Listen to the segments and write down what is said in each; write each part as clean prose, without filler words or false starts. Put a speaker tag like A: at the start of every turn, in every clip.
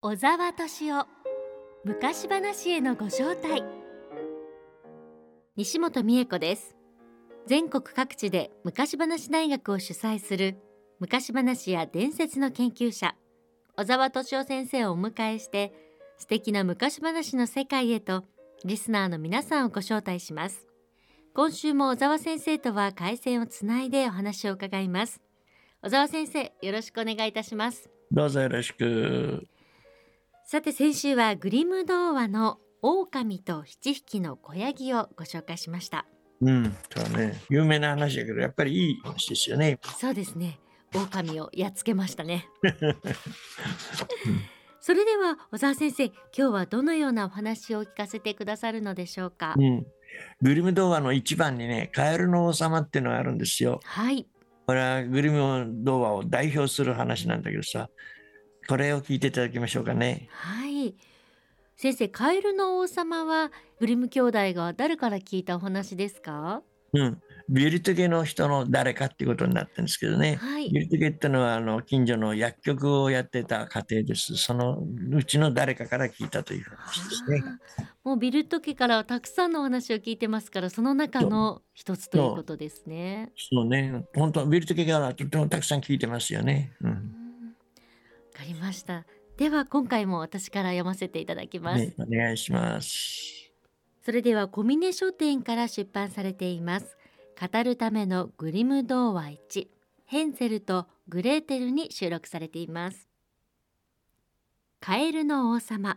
A: 小沢敏夫昔話へのご招待。西本美恵子です。全国各地で昔話大学を主催する昔話や伝説の研究者小沢敏夫先生をお迎えして、素敵な昔話の世界へとリスナーの皆さんをご招待します。今週も小沢先生とは回線をつないでお話を伺います。小沢先生、よろしくお願いいたします。
B: どうぞよろしく。
A: さて、先週はグリム童話の狼と7匹の子ヤギをご紹介しました。
B: そうね、有名な話だけどやっぱりいい話ですよね。
A: そうですね、狼をやっつけましたね。それでは小沢先生、今日はどのようなお話を聞かせてくださるのでしょうか。
B: グリム童話の一番にね、カエルの王様っていうのがあるんですよ。
A: はい。
B: これはグリム童話を代表する話なんだけどさ、これを聞いていただきましょうかね。
A: はい。先生、カエルの王様はグリム兄弟が誰から聞いたお話ですか？
B: ビルト家の人の誰かっていうことになってるんですけどね。
A: はい。
B: ビルト家ってのは近所の薬局をやってた家庭です。そのうちの誰かから聞いたという話ですね。
A: もうビルト家からはたくさんのお話を聞いてますから、その中の一つということですね。
B: そうね、本当ビルト家からとてもたくさん聞いてますよね。
A: わかりました。では今回も私から読ませていただきます。
B: お願いします。
A: それでは小峰書店から出版されています語るためのグリム童話1、ヘンゼルとグレーテルに収録されています。カエルの王様。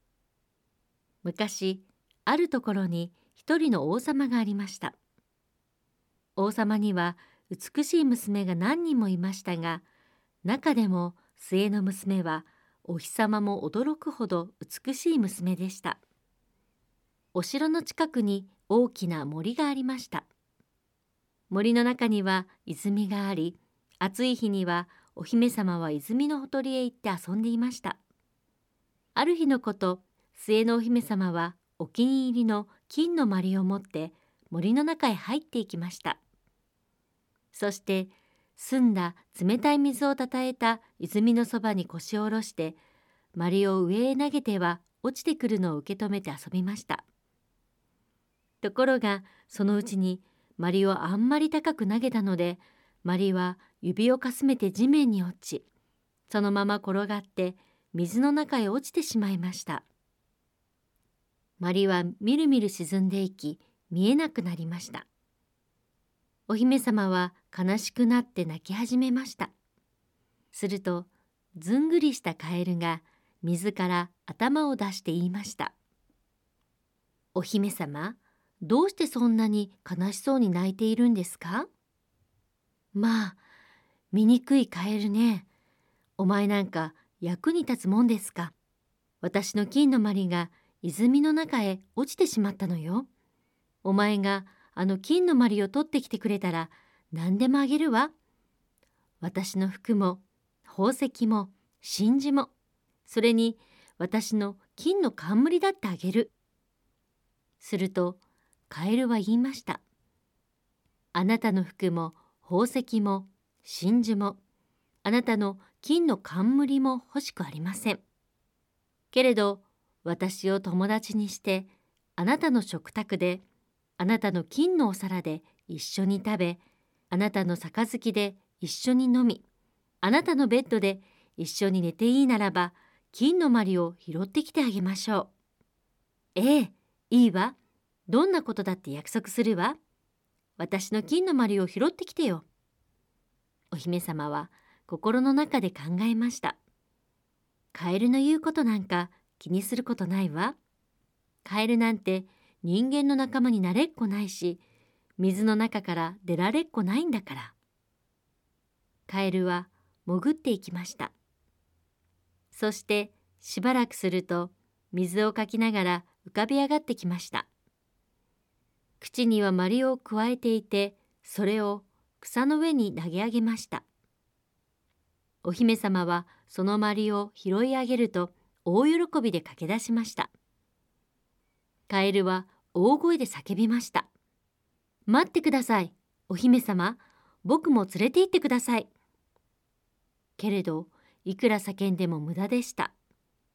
A: 昔、あるところに一人の王様がありました。王様には美しい娘が何人もいましたが、中でも末の娘はお日様も驚くほど美しい娘でした。お城の近くに大きな森がありました。森の中には泉があり、暑い日にはお姫様は泉のほとりへ行って遊んでいました。ある日のこと、末のお姫様はお気に入りの金のまりを持って森の中へ入っていきました。そして澄んだ冷たい水をたたえた泉のそばに腰を下ろして、まりを上へ投げては落ちてくるのを受け止めて遊びました。ところがそのうちにまりをあんまり高く投げたので、まりは指をかすめて地面に落ち、そのまま転がって水の中へ落ちてしまいました。まりはみるみる沈んでいき、見えなくなりました。お姫様は悲しくなって泣き始めました。するとずんぐりしたカエルが水から頭を出して言いました。お姫様、どうしてそんなに悲しそうに泣いているんですか？まあ、醜いカエルね。お前なんか役に立つもんですか。私の金のまりが泉の中へ落ちてしまったのよ。お前があの金のまりを取ってきてくれたら何でもあげるわ。私の服も宝石も真珠も、それに私の金の冠だってあげる。するとカエルは言いました。あなたの服も宝石も真珠も、あなたの金の冠も欲しくありません。けれど私を友達にして、あなたの食卓で、あなたの金のお皿で一緒に食べ、あなたの杯で一緒に飲み、あなたのベッドで一緒に寝ていいならば、金のまりを拾ってきてあげましょう。ええ、いいわ。どんなことだって約束するわ。私の金のまりを拾ってきてよ。お姫様は心の中で考えました。カエルの言うことなんか気にすることないわ。カエルなんて人間の仲間になれっこないし、水の中から出られっこないんだから。カエルは潜っていきました。そしてしばらくすると水をかきながら浮かび上がってきました。口にはまりをくわえていて、それを草の上に投げ上げました。お姫様はそのまりを拾い上げると大喜びで駆け出しました。カエルは大声で叫びました。待ってください、お姫様、僕も連れて行ってください。けれどいくら叫んでも無駄でした。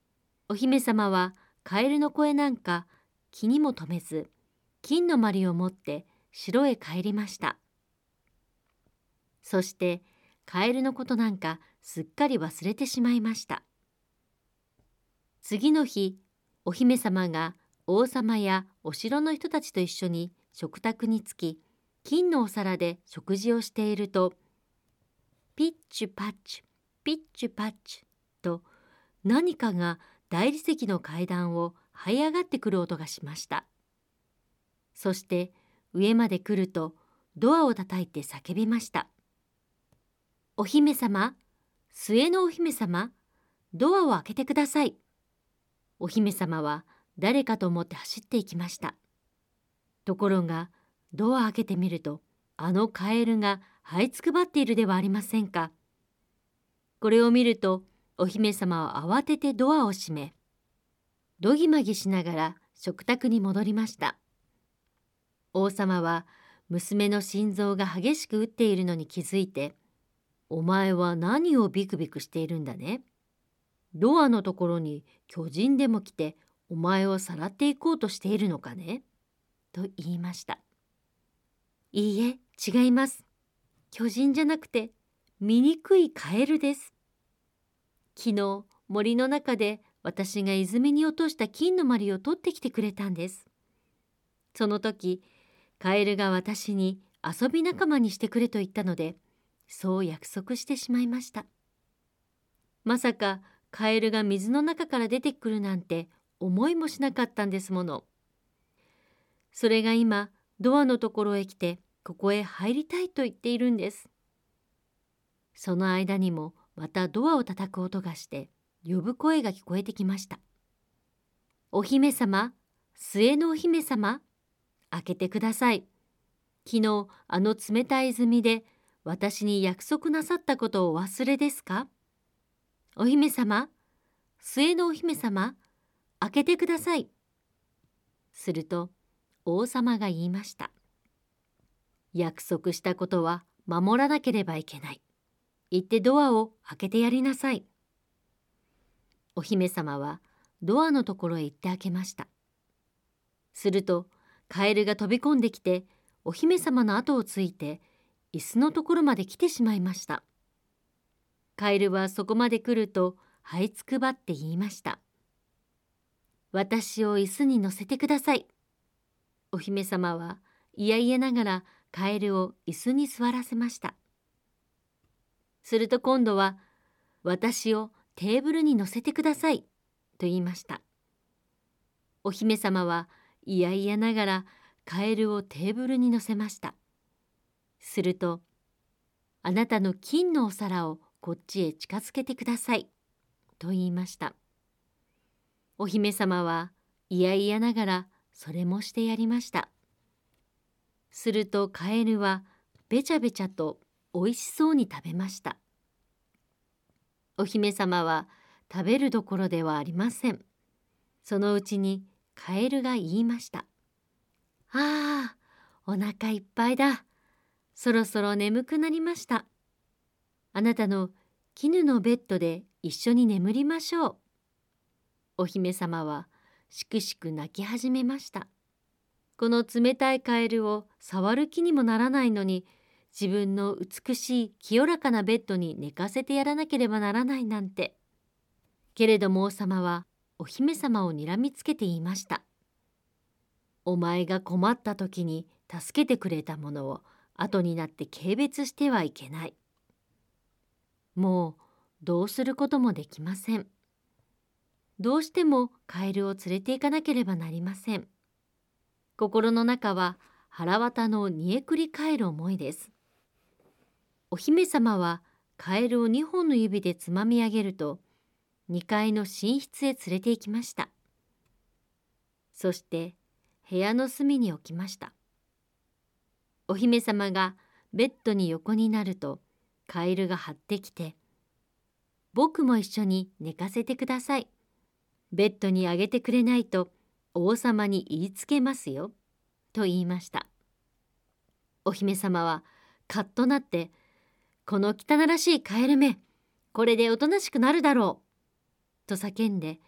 A: お姫様はカエルの声なんか気にも留めず、金のまりを持って城へ帰りました。そしてカエルのことなんかすっかり忘れてしまいました。次の日、お姫様が王様やお城の人たちと一緒に食卓につき、金のお皿で食事をしていると、ピッチュパッチュ、ピッチュパッチュと何かが大理石の階段を這い上がってくる音がしました。そして上まで来るとドアを叩いて叫びました。お姫様、末のお姫様、ドアを開けてください。お姫様は誰かと思って走っていきました。ところがドアを開けてみると、あのカエルが這いつくばっているではありませんか。これを見るとお姫様は慌ててドアを閉め、どぎまぎしながら食卓に戻りました。王様は娘の心臓が激しく打っているのに気づいて、お前は何をビクビクしているんだね。ドアのところに巨人でも来てお前をさらっていこうとしているのかねと言いました。いいえ、違います。巨人じゃなくて醜いカエルです。昨日森の中で私が泉に落とした金のまりを取ってきてくれたんです。その時、カエルが私に遊び仲間にしてくれと言ったので、そう約束してしまいました。まさかカエルが水の中から出てくるなんて思いもしなかったんですもの。それが今ドアのところへ来てここへ入りたいと言っているんです。その間にもまたドアを叩く音がして呼ぶ声が聞こえてきました。お姫様、末のお姫様、開けてください。昨日あの冷たい泉で私に約束なさったことをお忘れですか。お姫様、末のお姫様、開けてください。すると王様が言いました。約束したことは守らなければいけない。行ってドアを開けてやりなさい。お姫様はドアのところへ行って開けました。するとカエルが飛び込んできてお姫様の後をついて椅子のところまで来てしまいました。カエルはそこまで来ると這いつくばって言いました。私を椅子に乗せてください。お姫様はいやいやながらカエルを椅子に座らせました。すると今度は私をテーブルに乗せてくださいと言いました。お姫様はいやいやながらカエルをテーブルに乗せました。すると、あなたの金のお皿をこっちへ近づけてくださいと言いました。お姫様はいやいやながらそれもしてやりました。するとカエルはべちゃべちゃとおいしそうに食べました。お姫様は食べるどころではありません。そのうちにカエルが言いました。ああ、お腹いっぱいだ。そろそろ眠くなりました。あなたの絹のベッドで一緒に眠りましょう。お姫様はしくしく泣き始めました。この冷たいカエルを触る気にもならないのに、自分の美しい清らかなベッドに寝かせてやらなければならないなんて。けれども王様はお姫様をにらみつけて言いました。お前が困った時に助けてくれたものを後になって軽蔑してはいけない。もうどうすることもできません。どうしてもカエルを連れて行かなければなりません。心の中は腹渡の煮えくり返る思いです。お姫様はカエルを2本の指でつまみ上げると、2階の寝室へ連れて行きました。そして部屋の隅に置きました。お姫様がベッドに横になると、カエルが張ってきて、僕も一緒に寝かせてください。ベッドに上げてくれないと王様に言いつけますよ、と言いました。お姫様はカッとなって、この汚らしいカエルめ、これでおとなしくなるだろう、と叫んで、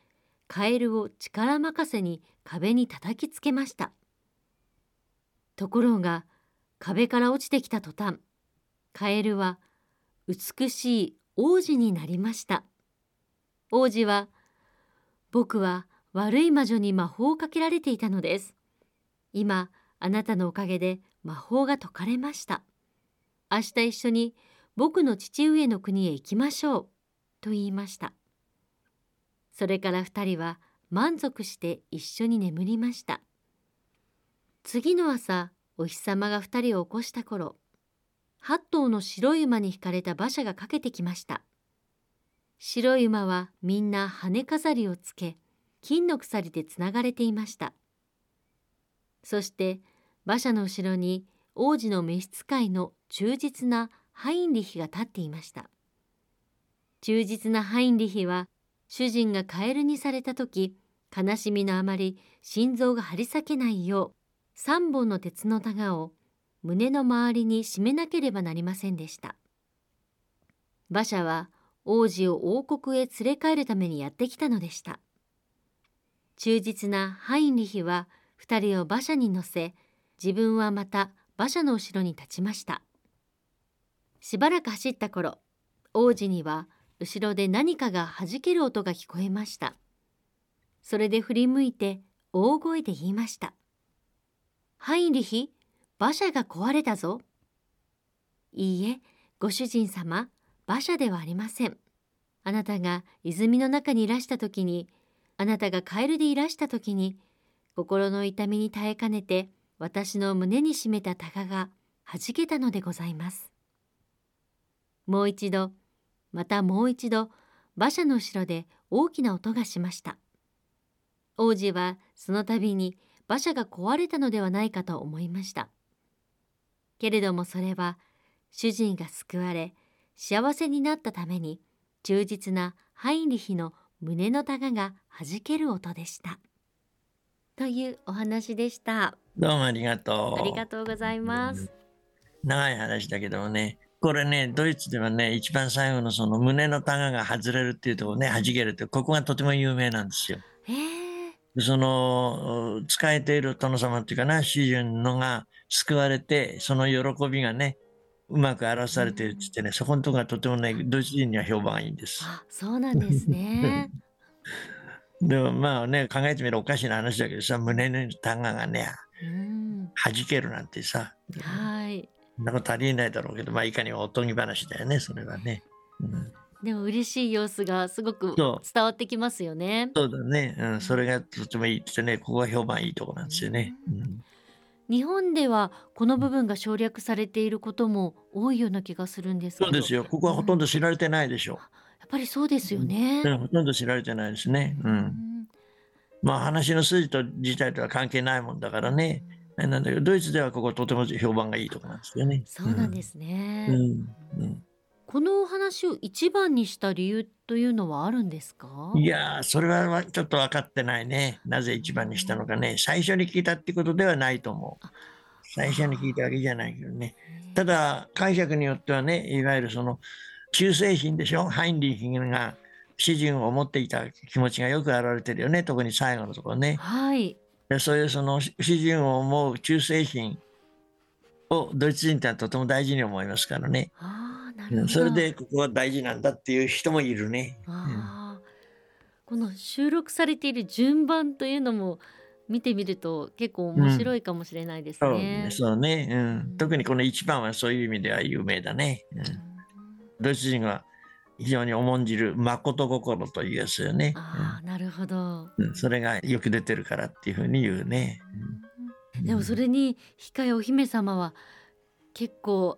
A: カエルを力任せに壁に叩きつけました。ところが壁から落ちてきた途端、カエルは美しい王子になりました。王子は、僕は悪い魔女に魔法をかけられていたのです。今、あなたのおかげで魔法が解かれました。明日一緒に僕の父上の国へ行きましょう、と言いました。それから二人は満足して一緒に眠りました。次の朝、お日様が二人を起こした頃、8頭の白い馬に引かれた馬車がかけてきました。白い馬はみんな羽飾りをつけ、金の鎖でつながれていました。そして馬車の後ろに王子の召使いの忠実なハインリヒが立っていました。忠実なハインリヒは、主人がカエルにされたとき、悲しみのあまり心臓が張り裂けないよう、3本の鉄の箍を胸の周りに締めなければなりませんでした。馬車は王子を王国へ連れ帰るためにやってきたのでした。忠実なハインリヒは2人を馬車に乗せ、自分はまた馬車の後ろに立ちました。しばらく走った頃、王子には後ろで何かが弾ける音が聞こえました。それで振り向いて大声で言いました。ハインリヒ、馬車が壊れたぞ。いいえ、ご主人様、馬車ではありません。あなたが泉の中にいらしたときに、あなたがカエルでいらしたときに、心の痛みに耐えかねて、私の胸に締めた鷹が弾けたのでございます。もう一度、またもう一度、馬車の後ろで大きな音がしました。王子はその度に馬車が壊れたのではないかと思いました。けれどもそれは、主人が救われ、幸せになったために、忠実なハインリヒの胸の箍が弾ける音でした。というお話でした。
B: どうもありがとう。
A: ありがとうございます。
B: 長い話だけどもね、これね、ドイツではね、一番最後のその胸の箍が外れるっていうところね、弾けるって、ここがとても有名なんですよ。その、仕えている殿様っていうかな、主人のが救われて、その喜びがね、うまく表されているって言ってね、そこのところがとてもね、ドイツ人には評判がいいんです。
A: あ、そうなんですね。
B: でもまあね、考えてみるおかしな話だけどさ、胸の箍がね、弾けるなんてさ、
A: はい。
B: そんなことありえないだろうけど、まあいかにもおとぎ話だよね、それはね。
A: でも嬉しい様子がすごく
B: そう
A: 伝わってきますよね。
B: そうだね、それがとてもいいってね、ここが評判いいとこなんですよね。
A: 日本ではこの部分が省略されていることも多いような気がするんですけど。
B: そうですよ。ここはほとんど知られてないでしょう。
A: やっぱりそうですよね。
B: ほとんど知られてないですね。まあ話の筋と自体とは関係ないもんだからね。なんだけど、ドイツではここ、とても評判がいいとこなんですよね。
A: そうなんですね。このお話を一番にした理由というのはあるんですか？
B: いやー、それはちょっと分かってないね。なぜ一番にしたのかね。最初に聞いたってことではないと思う。最初に聞いたわけじゃないけどね。ただ、解釈によってはね、いわゆるその、忠誠心でしょ。ハインリヒが主人を思っていた気持ちがよく表れてるよね。特に最後のところね。
A: はい。
B: そういうその主人を思う忠誠心をドイツ人ってのはとても大事に思いますからね。
A: なるほど。
B: それでここは大事なんだっていう人もいるね。
A: この収録されている順番というのも見てみると結構面白いかもしれないですね。
B: そうね。特にこの1番はそういう意味では有名だね。ドイツ人が非常に重んじる誠心というやつよね。
A: なるほど。
B: それがよく出てるからっていうふうに言うね。
A: でもそれに控えお姫様は結構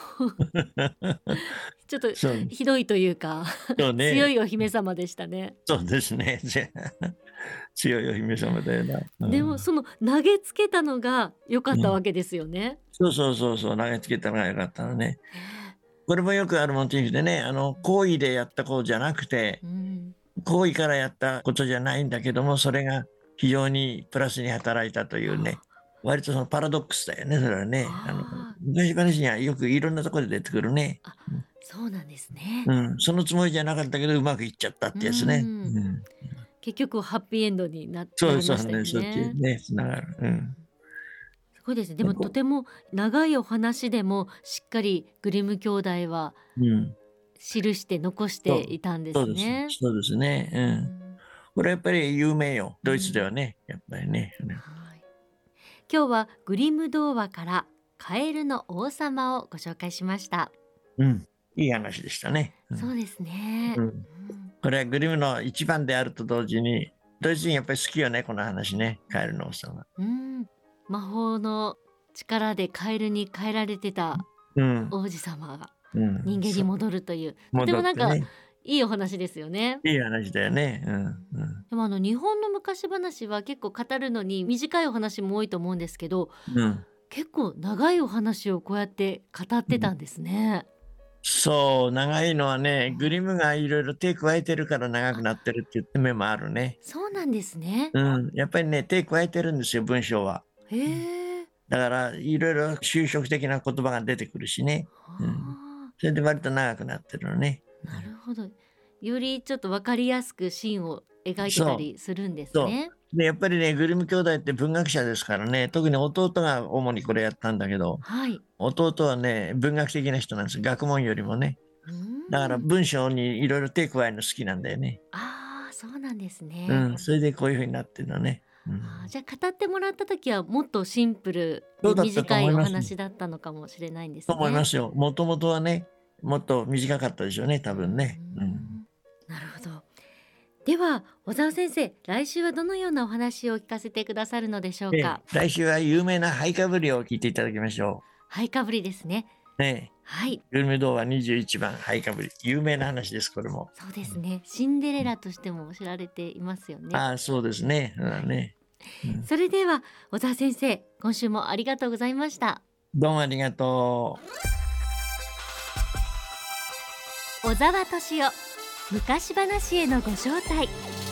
A: ちょっとひどいというか強いお姫様でしたね。
B: そうですね。強いお姫様だよな。
A: でもその投げつけたのが良かったわけですよね。
B: そう投げつけたのが良かったのね。これもよくあるモチーフでね、行為でやったことじゃなくて、行為からやったことじゃないんだけども、それが非常にプラスに働いたというね、割とそのパラドックスだよね、それはね。昔話にはよくいろんなところで出てくるね。
A: そうなんですね。
B: そのつもりじゃなかったけどうまくいっちゃったってやつね。
A: 結局ハッピーエンドにな
B: そうそう
A: りましたよ
B: ね、そっち
A: ね。
B: ね、繋がる。うん。
A: すごいですね。でもとても長いお話でもしっかりグリム兄弟は
B: うん。
A: 記して残し
B: そう、
A: ていたんで
B: そうです。
A: すね。
B: そうですね。うん。
A: うん。
B: これやっぱり有名よ。ドイツで
A: うん。
B: はね、やっぱりね。
A: はい。今日はグリム童話からカエルの王様をご紹介しました。
B: うん。いい話でしたね。うん。
A: そうですね。
B: うん。
A: うん。
B: これはグリムの一番であると同時に、ドイツ人やっぱり好きよね、この話ね。カエルの王様。
A: うん。魔法の力でカエルに変えられてた
B: うん。
A: 王子様が
B: うん。
A: 人間に戻るという、とてもなんか
B: 戻ってね。
A: いいお話ですよね。
B: いい話だよね。うん。うん。
A: でも日本の昔話は結構語るのに短いお話も多いと思うんですけど、
B: うん。
A: 結構長いお話をこうやって語ってたんですね。
B: そう、長いのはね、グ
A: うん。
B: リムがいろいろ手加えてるから長く
A: あ、
B: なってるっていう面もあるね。
A: そうなんですね。
B: うん、やっぱりね、手加えてるんですよ、文章は。
A: へ
B: うん。
A: え。
B: だからいろいろ修飾的な言葉が出てくるしね。うん。
A: はあ、
B: それで割と長くなってるのね。
A: なるほど。よりちょっと分かりやすくシーンを描いてた
B: そう、
A: りするんです
B: そ
A: ね。
B: う。で、やっぱりね、グリム兄弟って文学者ですからね、特に弟が主にこれやったんだけど、
A: はい。
B: 弟はね、文学的な人なんですよ、学問よりもね。
A: うー
B: だから
A: ん。
B: 文章にいろいろ手加えるの好きなんだよね。
A: ああ、そうなんですね。
B: うん、それでこういう風になってるのね。う
A: ああ、
B: ん。
A: じゃあ語ってもらった時はもっとシンプルで
B: そうだったと
A: 短いお
B: 思います。
A: 話だったのかもしれないんで
B: と
A: すね。
B: 思いますよ。もともとはね、もっと短かったでしょうね、多
A: うー
B: 分ね。うん。
A: ん。なるほど。では小沢先生、来週はどのようなお話を聞かせてくださるのでしょうか。
B: 来週は有名なハイカブリを聞いていただきましょ
A: はい、かぶりですね。
B: う。ねえ。
A: はい、
B: グルメ童話21番ハイカブリ。有名な話です、これも。
A: そうですね。シンデレラとしても知られていますよね。
B: ああ、そうですね。う
A: はい。
B: んね。うん。
A: それでは小沢先生、今週もありがとうございました。
B: どうもありがとう。
A: 小沢敏夫、昔話へのご招待。